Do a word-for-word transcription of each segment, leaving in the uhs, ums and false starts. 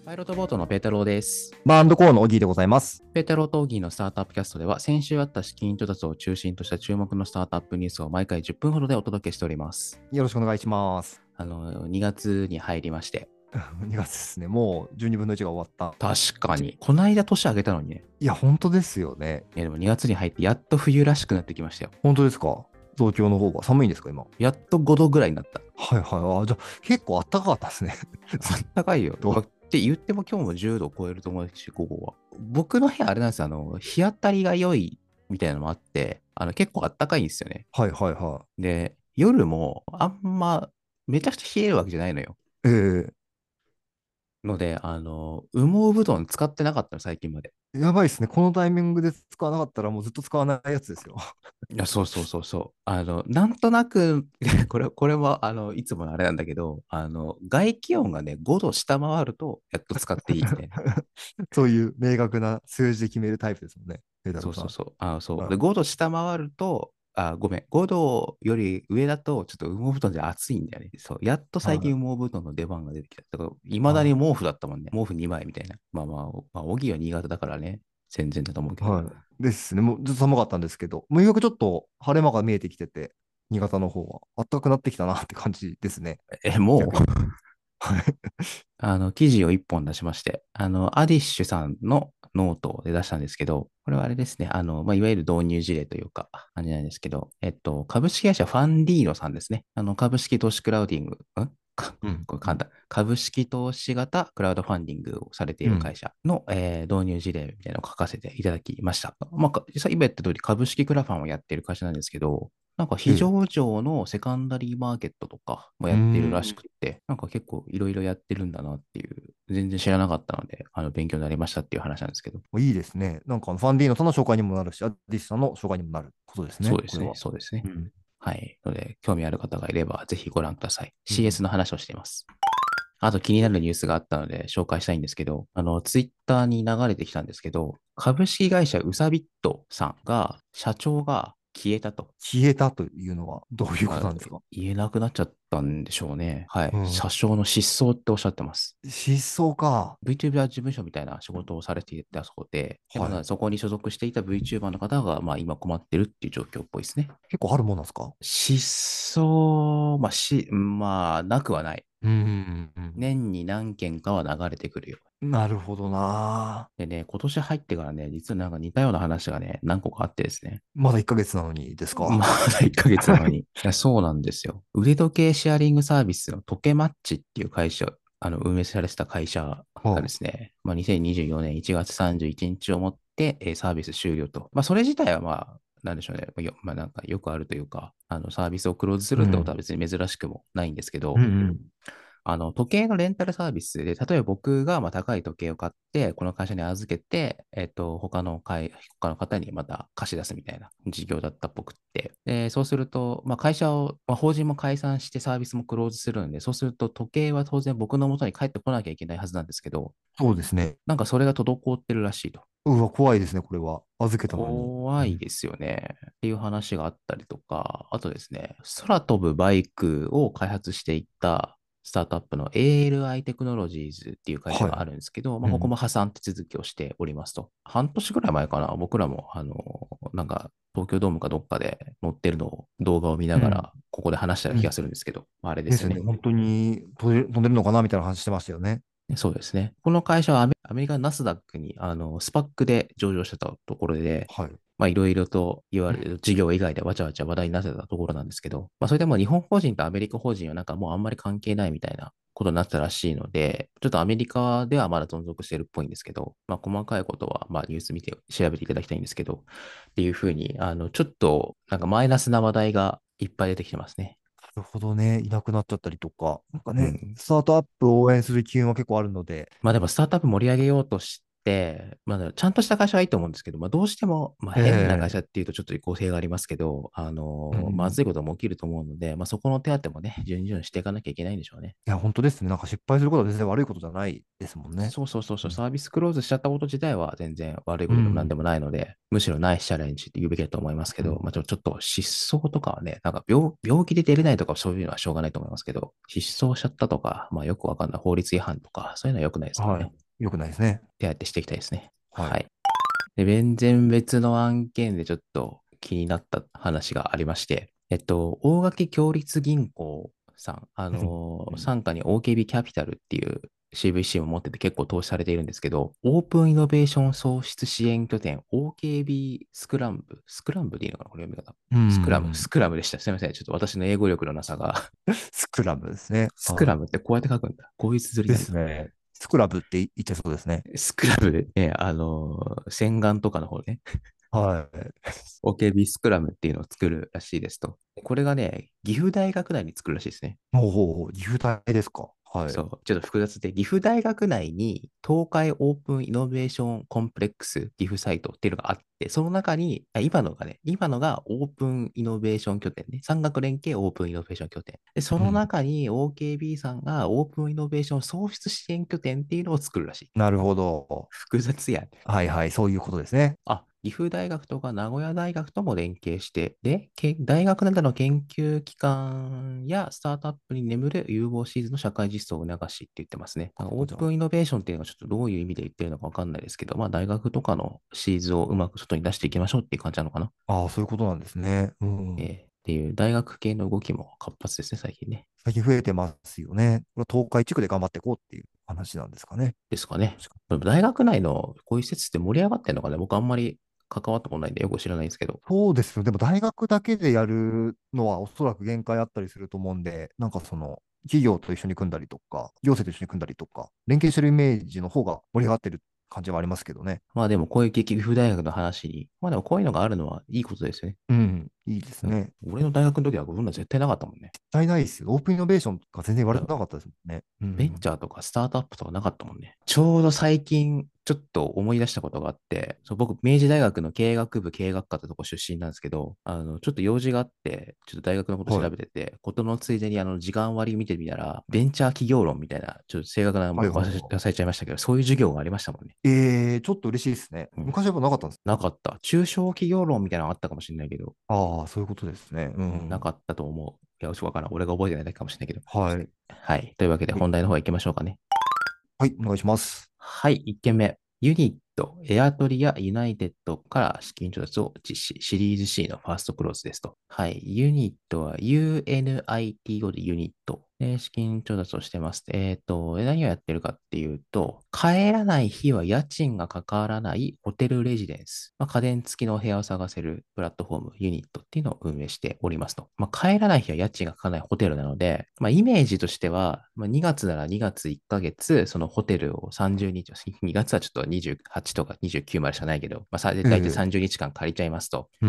パイロットボートのペータローです。 バンドコアのオギーでございます。 ペータローとオギーのスタートアップキャストでは、先週あった資金調達を中心とした注目のスタートアップニュースを毎回じゅっぷんほどでお届けしております。 よろしくお願いします。 あの、にがつに入りまして。 にがつですね。もうじゅうにぶんのいちが終わった。 確かに。こないだ年上げたのにね。 いや、本当ですよね。 いや、でもにがつに入ってやっと冬らしくなってきましたよ。 本当ですか？東京の方が寒いんですか、今？ やっとごどぐらいになった。 はいはい。あ、じゃあ結構暖かかったですね。 あずっったかいよ。 と。 って言っても今日もじゅうど超えると思うし、午後は。僕の部屋あれなんですよ。あの、日当たりが良いみたいなのもあって、あの、結構あったかいんですよね。 はいはいはで、夜もあんまめちゃくちゃ冷えるわけじゃないのよ。 い。えので、あの、羽毛布団使ってなかったの、最近まで。 ー、やばいですね。このタイミングで使わなかったらもうずっと使わないやつですよ。 いや、そうそうそうそう。あの、なんとなくこれ、これは、あの、いつものあれなんだけど、あの、外気温がね、ごど下回ると、やっと使っていいみたいな。 そういう明確な数字で決めるタイプですもんね。ペダロさん。 そうそうそう。あ、そう。で、 うん。 ごど下回ると、あ、ごめん。ごどより上だと、ちょっと羽毛布団で暑いんだよね。そう。やっと最近はい。 羽毛布団の出番が出てきた。だから、未だにあ、 毛布だったもんね。毛布にまいみたいな。まあまあ、まあ、小木は新潟だからね。全然だと思うけど。 はい。ですね。もうずっと寒かったんですけど、もうようやくちょっと晴れ間が見えてきてて、新潟の方は暖かくなってきたなって感じですね。 え、もう逆に。はい。 あの、記事を一本出しまして、あの、アディッシュさんのノートで出したんですけど、これはあれですね、あの、まあ、いわゆる導入事例というか、感じなんですけど、えっと、株式会社ファンディーノさんですね。あの、株式投資クラウディング、んかうん。うん。 これ簡単。株式投資型クラウドファンディングをされていうん。 る会社の、えー導入事例みたいなのを書かせていただきました。まあ、か実際今言った通り株式クラファンをやっている会社なんですけど、なんか非ええ。 上場のセカンダリーマーケットとかもうーやってるらしん。 くって、なんか結構いろいろやってるんだなっていう、全然知らなかったので、あの、勉強になりましたっていう話なんですけど。 いいですね。なんかあのファンディーノさんの紹介にもなるし、アディスさんの紹介にもなることですね、 そうですね、 これは。 そうですね。 うん。 はい。ので、興味ある方がいれば、ぜひご覧ください。 うん。 シーエス の話をしています。あと気になるニュースがあったので紹介したいんですけど、あの、ツイッターに流れてきたんですけど、株式会社ウサビットさんが、社長が消えたと。 消えたというのはどういうこまあ、 となんですか？ 言えなくなっちゃったんでしょうね。はい。 うん。 社長の失踪っておっしゃってます。 失踪か。 VTuber 事務所みたいな仕事をされていたそうで、でまあ、 はい。 そこに所属していた VTuber の方が、まあ、今困ってるっていう状況っぽいですね。 結構あるもんなんですか？ 失踪、まあ、し、まあ、なくはない。 うん。うん。 年に何件かは流れてくるよ。 なるほどな。 でね、今年入ってからね、実はなんか似たような話がね、何個かあってですね。 まだいっかげつなのにですか？ まだいっかげつなのに。いや、そうなんですよ。腕時計シェアリングサービスの時計マッチっていう会社、あの、運営されてた会社がではすね、まあ、にせんにじゅうよねんいちがつさんじゅういちにちをもって、えーサービス終了と。まあ、それ自体はまあ、なんでしょうね。よまあ、なんかよくあるというか、あの、サービスをクローズすあ。 るってことはうん。 別に珍しくもないんですけど、 うんうん。 あの、時計のレンタルサービスで、例えば僕がまあ高い時計を買って、この会社に預けて、えっと、他の会、他の方にまた貸し出すみたいな事業だったっぽくって。で、そうすると、まあ会社を、まあ法人も解散してサービスもクローズするんで、そうすると時計は当然僕の元に帰ってこなきゃいけないはずなんですけど、 そうですね。 なんかそれが滞ってるらしいと。 うわ、怖いですね、これは。預けたのに。うん。 怖いですよね。っていう話があったりとか、あとですね、空飛ぶバイクを開発していったスタートアップの エーエルアイ テクノロジーズっていう会社はい。 があるんですけど、まあ、ここうん。 も破産手続きをしておりますと。半年ぐらい前かな、僕らも、あの、なんか、東京ドームかどっかで乗ってるのを動画を見なうん。 がら、ここで話したら気がうん。 するんですけど、まあ、あれでですね。 すよね。 本当に飛んで飛んでるのかなみたいな話してましたよね。 そうですね。この会社はアメアメリカナスダックにあのスパックで上場してたところで、 はい。 まあいろいろと言われる事業以外でわちゃわちゃ話題になってたところなんですけど、まあそれでも日本法人とアメリカ法人はなんかもうあんまり関係ないみたいなことになってたらしいので、ちょっとアメリカではまだ存続してるっぽいんですけど、まあ細かいことはまあニュース見て調べていただきたいんですけど、っていうふうに、あの、ちょっとなんかマイナスな話題がいっぱい出てきてますね。 なるほどね。いなくなっちゃったりとか。なんかね、 うん。 スタートアップを応援する機運は結構あるので、 まあでもスタートアップ盛り上げようとして、まあ、ちゃんとした会社はいいと思うんですけど、まあ、どうしても、まあ、変な会社っええていうとちょっと語弊がありますけど、あの、まうんうん。 ずいことも起きると思うので、まあ、そこの手当もね、順々していかなきゃいけないんでしょうね。 いや、本当ですね。なんか失敗することは全然悪いことじゃないですもんね。 そうそうそうそう、 うん。 サービスクローズしちゃったこと自体は全然悪いことでも何うん。 でもないので、むしろナイスチャレンジって言うべきだと思いますけど、 うん。 まあ、ちょちょっと失踪とかはね、なんか病、病気で出れないとかそういうのはしょうがないと思いますけど、失踪しちゃったとか、まあよくわかんない法律違反とか、そういうのは良くないですからはね。 い。よくないですね。 手当てしていきたいですね。 はい。 はい。で、全然別の案件でちょっと気になった話がありまして、えっと、大垣共立銀行さん、あのー、 うん。 傘下に オーケービー キャピタルっていう シーブイシー を持ってて結構投資されているんですけど、オープンイノベーション創出支援拠点 オーケービー スクランブ、スクランブでいいのかなこれ読み方。 うスクラム、スん。 クラムでした。すみません。ちょっと私の英語力のなさが。 スクラブですね。 スクはい。 ラムってこうやって書くんだ。こういう綴りでなんだ。 すね。スクラブって言っちゃいそうですね。 スクラムでね、あのー洗顔とかの方ね。 はい。 オーケービー スクラムっていうのを作るらしいですと。これがね、岐阜大学内に作るらしいですね。 ほうほうほう。岐阜大ですか。はい。 そう、ちょっと複雑で、岐阜大学内に東海オープンイノベーションコンプレックス岐阜サイトっていうのがあって、その中に、あ今のがね、今のがオープンイノベーション拠点ね。産学連携オープンイノベーション拠点。で、そのうん。 中に オーケービー さんがオープンイノベーション創出支援拠点っていうのを作るらしい。 なるほど。 複雑や。 はいはい。そういうことですね。 あ、岐阜大学とか名古屋大学とも連携して、で、け大学などの研究機関やスタートアップに眠る融合シーズンの社会実装を促しって言ってますね。なんかオーじゃあ、 プンイノベーションっていうのがちょっとどういう意味で言ってるのかわかんないですけど、まあ大学とかのシーズンをうまく外に出していきましょうっていう感じなのかな。 ああ、そういうことなんですね。うん。 えーっていう大学系の動きも活発ですね、最近ね。 最近増えてますよね。これは東海地区で頑張っていこうっていう話なんですかね。 ですかね。 確かでも大学内のこういう施設って盛り上がってるのかね、僕あんまり関わったことないんでよく知らないんですけど。 そうですよ。でも大学だけでやるのはおそらく限界あったりすると思うんで、なんかその、企業と一緒に組んだりとか、行政と一緒に組んだりとか、連携してるイメージの方が盛り上がってる感じはありますけどね。 まあでもこういう激岐阜大学の話に、まあでもこういうのがあるのはいいことですよね。 うん、いいですうん。 ね。 俺の大学の時はこんなの絶対なかったもんね。 絶対ないですよ。オープンイノベーションが全然言わいや、 れてなかったですもんね。うベンん。 チャーとかスタートアップとかなかったもんね。ちょうど最近、ちょっと思い出したことがあって、そう僕、明治大学の経営学部経営学科ってとこ出身なんですけど、あの、ちょっと用事があって、ちょっと大学のこと調はい。 べてて、ことのついでにあの、時間割見てみたら、ベンチャー企業論みたいな、ちょっと正確なはいはい忘れは忘れちゃいましたけど、そういう授業がありましたもんね。 い。えー、ちょっと嬉しいですね。 うん。 昔はやっぱなかったんですか？ なかった。中小企業論みたいなのがあったかもしれないけど、 ああ、そういうことですね。ううん、なん。 かったと思う。いや、ちょっとわからん。俺が覚えてないだけかもしれないけど。 はい。 はい。というわけではい、 本題の方行きましょうかね。 はい、お願いします。 はい。いっけんめ。ユニット、エアトリやユナイテッドから資金調達を実施。シリーズ C のファーストクローズですと。はい。ユニットは ユーエヌアイティーオー でユニット。で、資金調達をしてます。えっと、何をやってるかっていうと、帰らない日は家賃がかからないホテルレジデンス。まあ、家電付きのお部屋を探せるプラットフォーム、ユニットっていうのを運営しておりますと。まあ、帰らない日は家賃がかからないホテルなので、まあ、イメージとしては、まあ、にがつならにがついっかげつ、そのホテルをさんじゅうにち、にがつはちょっとにじゅうはちとかにじゅうきゅうまでしかないけど、まあ、さ大体ええさんじゅうにちかん借りちゃいますと。 うんうん。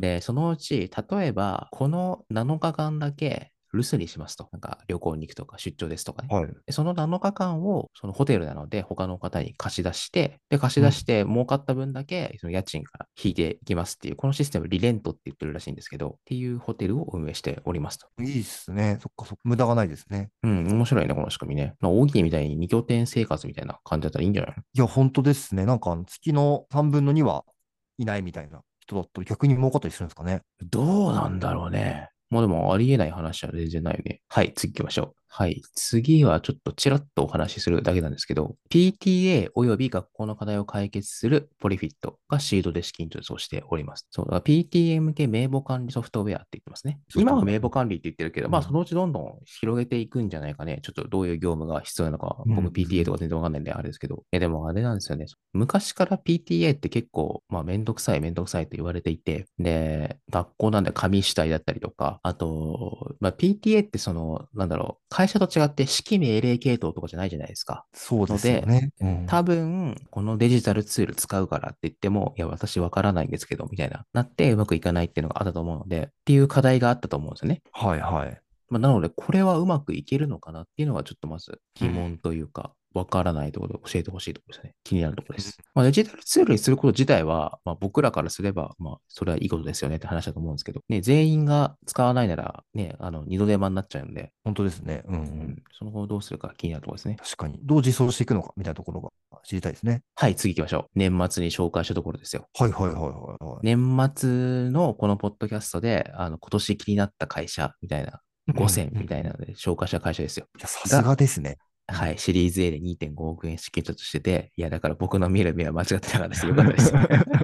で、そのうち、例えば、このなのかかんだけ留守にしますと。なんか旅行に行くとか出張ですとかね。 はい。 でそのなのかかんをそのホテルなので他の方に貸し出して、で、貸しうん。 出して儲かった分だけその家賃から引いていきますっていう、このシステムリレントって言ってるらしいんですけど、っていうホテルを運営しておりますと。 いいっすね。そっかそっか。無駄がないですね。 うん、面白いね、この仕組みね。まあ、大喜利みたいに二拠点生活みたいな感じだったらいいんじゃないの？ いや、本当ですね。なんか、あの月のさんぶんのにはいないみたいな人だったら逆に儲かったりするんですかね。 どうなんだろうね。まあでもありえない話は全然ないよね。はい、次行きましょう。はい。次はちょっとちらっとお話しするだけなんですけど、ピーティーエー および学校の課題を解決するポリフィットがシードで資金調達をしております。そう、だから ピーティーエー 向け名簿管理ソフトウェアって言ってますね。 ソフトウェア。 今は名簿管理って言ってるけど、まあそうん。 のうちどんどん広げていくんじゃないかね。ちょっとどういう業務が必要なのか、 うんう僕 ピーティーエー とんか全然わかんないんであれですけど。いやでもあれなんですよね。昔から ピーティーエー って結構、まあめんどくさいめんどくさいと言われていて、で、学校なんで紙主体だったりとか、あと、まあ ピーティーエー ってその、なんだろう、会社と違って指揮命令系統とかじゃないじゃないですか。 そうでので、 すよね。うん。 多分、このデジタルツール使うからって言っても、いや、私わからないんですけど、みたいな、なってうまくいかないっていうのがあったと思うので、っていう課題があったと思うんですよね。 はいはい。 まあ、なので、これはうまくいけるのかなっていうのがちょっとまずうん。 疑問というか、わからないところで教えてほしいところですね。気になるところです。まあ、デジタルツールにすること自体は、まあ、僕らからすれば、まあ、それはいいことですよねって話だと思うんですけど、ね、全員が使わないなら、ね、あの、二度手間になっちゃうんで、 本当ですね。うん、うん。 うん、その後どうするか気になるところですね。 確かに。どう実装していくのかみたいなところが知りたいですね。 はい、次行きましょう。年末に紹介したところですよ。 はいはいはいはいはい。 年末のこのポッドキャストで、あの、今年気になった会社みたいな、 うん、 ごせんうん。いみたいなので紹介した会社ですよ。 や、さすが、 がですね。うん。 はい、シリーズ A でにてんごおく円資金調達してて、いや、だから僕の見る目は間違ってなかったです。よかったです。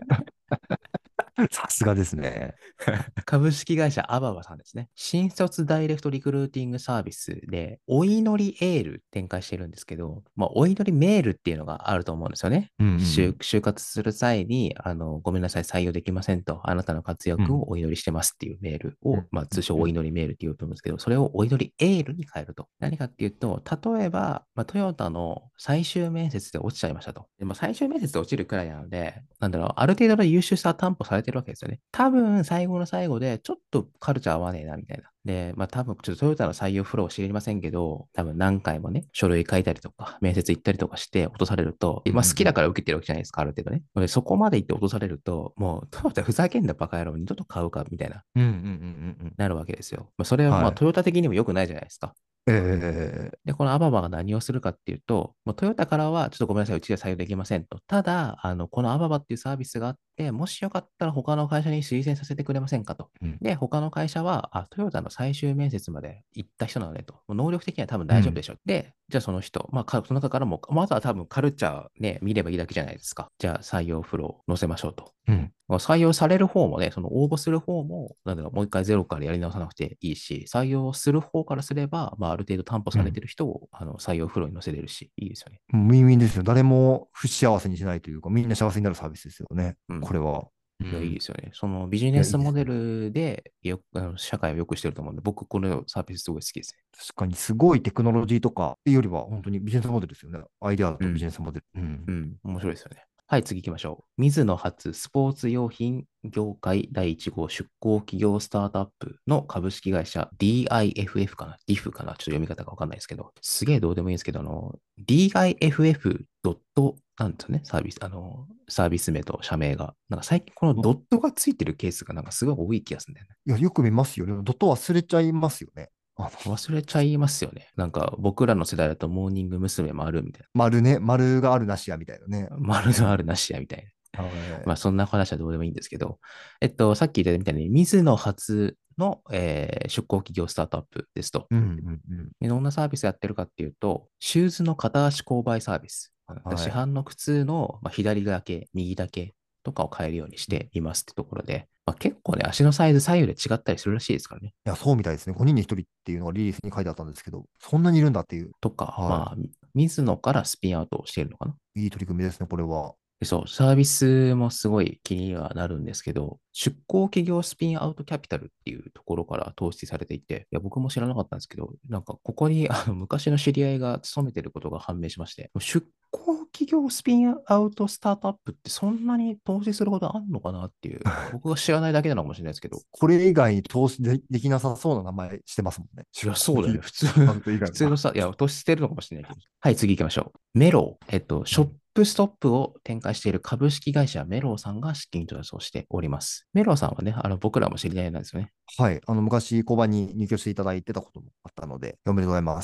さすがですね。 株式会社アババさんですね。新卒ダイレクトリクルーティングサービスで、お祈りエール展開してるんですけど、まあ、お祈りメールっていうのがあると思うんですよね。 うんうんう就ん。 就活する際に、あの、ごめんなさい、採用できませんと、あなたの活躍うんをお祈りしてますっていうメールを、 うんまあ、通称うんうん。 お祈りメールって言うと思うんですけど、それをお祈りエールに変えると。何かっていうと、例えば、まあ、トヨタの最終面接で落ちちゃいましたと。でも最終面接で落ちるくらいなので、なんだろう、ある程度の優秀さは担保されてるわけですよね。多分、最後の最後で、ちょっとカルチャー合わねえな、みたいな。で、まあ多分、ちょっとトヨタの採用フロー知りませんけど、多分何回もね、書類書いたりとか、面接行ったりとかして落とされると、 うんうまあ好きだんから受けてるわけじゃないですか、ある程度ね。でそこまで行って落とされると、もう、トヨタふざけんなバカ野郎、二度と買うか、みたいな、 うんうんうんうんうん。 なるわけですよ。まあそれはまあはい。 トヨタ的にも良くないじゃないですか。 えで、このアババが何をするかっていうと、もうトヨタからはちょっとごめんなさい、うちでは採用できませんと。ただ、あの、このアババっていうサービスがあって、もしよかったら他の会社に推薦させてくれませんかと。 ー、うん。 で、他の会社は、あ、トヨタの最終面接まで行った人なのねと。もう能力的には多分うん。 大丈夫でしょ。で、じゃあその人、まあ、かその中からも、まずは多分カルチャーね、見ればいいだけじゃないですか。じゃあ採用フロー載せましょうと。 うん。 まあ採用される方もね、その応募する方も、なんだろう、もう一回ゼロからやり直さなくていいし、採用する方からすれば、まあ、ある程度担保されうん。 てる人をあの採用フローに載せれるし、いいですよね。 ウィンウィンですよ。誰も不幸せにしないというか、みんな幸せになるサービスですよね。 うん。 これは。ういや、いいでん。 すよね。そのビジいや、いネスモデいですね。 ルでよあの社会を良くしてると思うんで、僕、このサービスすごい好きですね。 確かにすごいテクノロジーとかっていうよりは、本当にビジネスモデルですよね。アイデアとビジうん。 ネスモデル。うん。 うん。面白いですよね。はい、次行きましょう。水野初スポーツ用品業界だいいち号出向企業スタートアップの株式会社 ディーアイエフエフ かな ディフ かなちょっと読み方がわかんないですけど、すげえどうでもいいんですけど、あの、ディーアイエフエフ ドットなんですよね、サービス、あの、サービス名と社名が。なんか最近このあ、 ドットがついてるケースがなんかすごい多い気がするんだよね。 いや、よく見ますよ。でもドット忘れちゃいますよね。あの、 忘れちゃいますよね。なんか僕らの世代だとモーニング娘。もあるみたい丸ね、丸があるなしやみたいなね。 な。丸のあるなしやみたいな。 はまあ、そんな話はどうでもいいんですけど、えっと、さっき言ったみたいに、水野初の、えー出向企業スタートアップですと。 い。うんうんうん。 でどんなサービスやってるかっていうと、シューズの片足購買サービス。市はい。 販の靴の、まあ、左だけ、右だけとかを買えるようにしうん、いていますってところで、まあ、結構ね、足のサイズ左右で違ったりするらしいですからね。 や、そうみたいですね。ごにんにひとりっていうのがリリースに書いてあったんですけど、そんなにいるんだっていう。 とか、 はまあ、水野からスピンアウトをしているのかな。 い。いい取り組みですね、これは。 でそう、サービスもすごい気にはなるんですけど、出向企業スピンアウトキャピタルっていうところから投資されていて、いや、僕も知らなかったんですけど、なんかここにあの昔の知り合いが勤めてることが判明しまして、出向企業スピンアウトスタートアップってそんなに投資することあんのかなっていう、僕が知らないだけなのかもしれないですけど、 これ以外に投資でできなさそうな名前してますもんね。 いや、 出向そうだよね。 企業普通、 アウト以外は。 普通のさ、いや、投資してるのかもしれないけど。はい、次行きましょう。メロー。えっと、ショッうん、 プストップを展開している株式会社メローさんが資金調達をしております。メローさんはね、あの、僕らも知り合いなんですよね。 はい。あの、昔、交番に入居していただいてたこともあったので、おめでとうございます。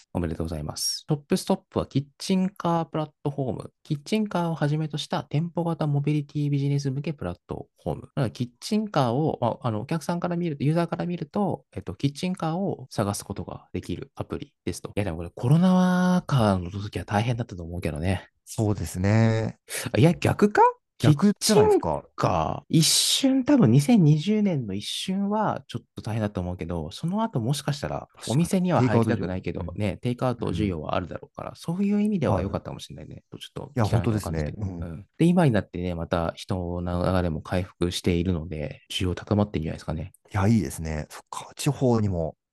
おめでとうございます。トップストップはキッチンカープラットフォーム。キッチンカーをはじめとした店舗型モビリティビジネス向けプラットフォーム。だからキッチンカーを、まあ、あのお客さんから見ると、ユーザーから見ると、えっと、キッチンカーを探すことができるアプリですと。いや、でもこれコロナ禍の時は大変だったと思うけどね。 そうですね。 いや、逆かキッ逆じゃチンないですか。 カー、一瞬、多分にせんにじゅうねんの一瞬はちょっと大変だと思うけど、その後もしかしたらお確かに。 店にはテイク入りアウト需要。 たくないけど、 うん。 ね、テイクアウト需うん。 要はあるだろうから、そういう意味でははい。 良かったかもしれないね。ちょっといや、 聞かないと本当ですね。 わかんないけど。 うん。 うん。で、今になってね、また人の流れも回復しているので、需要高まってるんじゃないですかね。 いや、いいですね。そっか。地方にも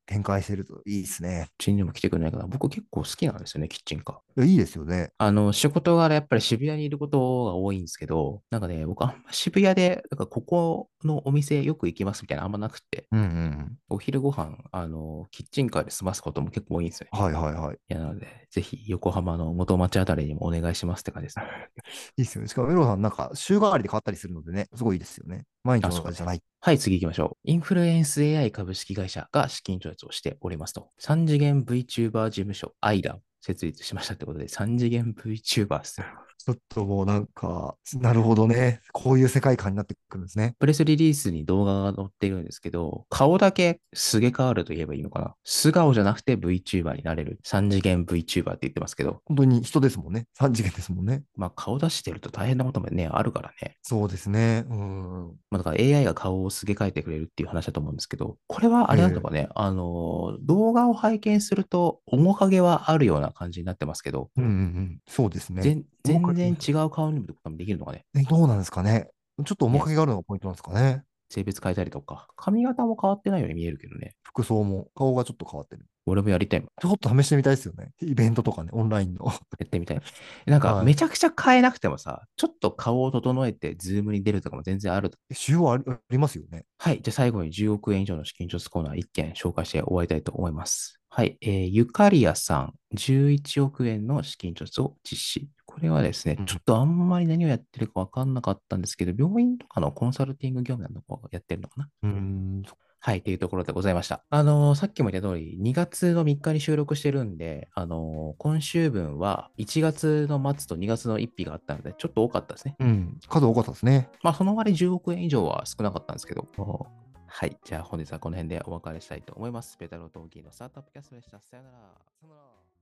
展開してるといいですね。 うちにでも来てくれないかな。僕結構好きなんですよね、キッチンカー。 いやいいですよね。 あの、仕事柄やっぱり渋谷にいることが多いんですけど、なんかね、僕あんま渋谷で、なんかここのお店よく行きますみたいなのあんまなくて、 うんうん。 お昼ご飯、あの、キッチンカーで済ますことも結構多いんですよね。 はいはいはい。 いや、なので、ぜひ横浜の元町あたりにもお願いしますって感じですね。 いいですよね。しかも、メロさん、なんか、週替わりで変わったりするのでね、すごいいいですよね。毎日あ、そうね。 同じじゃない。 はい、次行きましょう。インフルエンス エーアイ 株式会社が資金調達をしておりますと。さん次元 VTuber 事務所アイラを設立しましたってことで、さん次元 VTuber ですよ。 ちょっともうなんか、なるほどね。こういう世界観になってくるんですね。 プレスリリースに動画が載ってるんですけど、顔だけすげ変わると言えばいいのかな。素顔じゃなくて VTuber になれる。さん次元 VTuber って言ってますけど、 本当に人ですもんね。さん次元ですもんね。 まあ顔出してると大変なこともね、あるからね。 そうですね。うん。 まあ、だから エーアイ が顔をすげ替えてくれるっていう話だと思うんですけど、これはあえれなんとえ。 かね、あの、動画を拝見すると面影はあるような感じになってますけど、 うんうんうん。そうですね。 全面影、 全然違う顔にもできるのがね、 え、どうなんですかね。ちょっと面ね、 影があるのがポイントなんですかね。 性別変えたりとか、髪型も変わってないように見えるけどね、 服装も、顔がちょっと変わってる。 俺もやりたいもん。 ちょっと試してみたいですよね。イベントとかね、オンラインの。 やってみたい。なんか、 はい。 めちゃくちゃ変えなくてもさ、ちょっと顔を整えて、ズームに出るとかも全然ある。 需要あり、ありますよね。 はい。じゃあ最後にじゅうおく円以上の資金調達コーナーいっけん紹介して終わりたいと思います。はい。えー、ゆかりやさん、じゅういちおく円の資金調達を実施。これはですね、 うん。 ちょっとあんまり何をやってるかわかんなかったんですけど、病院とかのコンサルティング業務なのかやってるのかな。 うーん。 はい、というところでございました。あのーさっきも言った通り、にがつのみっかに収録してるんで、あのー今週分はいちがつの末とにがつのつのいち日があったので、ちょっと多かったですね。 うん。数多かったですね。 まあ、その割じゅうおく円以上は少なかったんですけど。はい、じゃあ本日はこの辺でお別れしたいと思います。ペタローとオギーのスタートアップキャストでした。さよなら。 さよなら。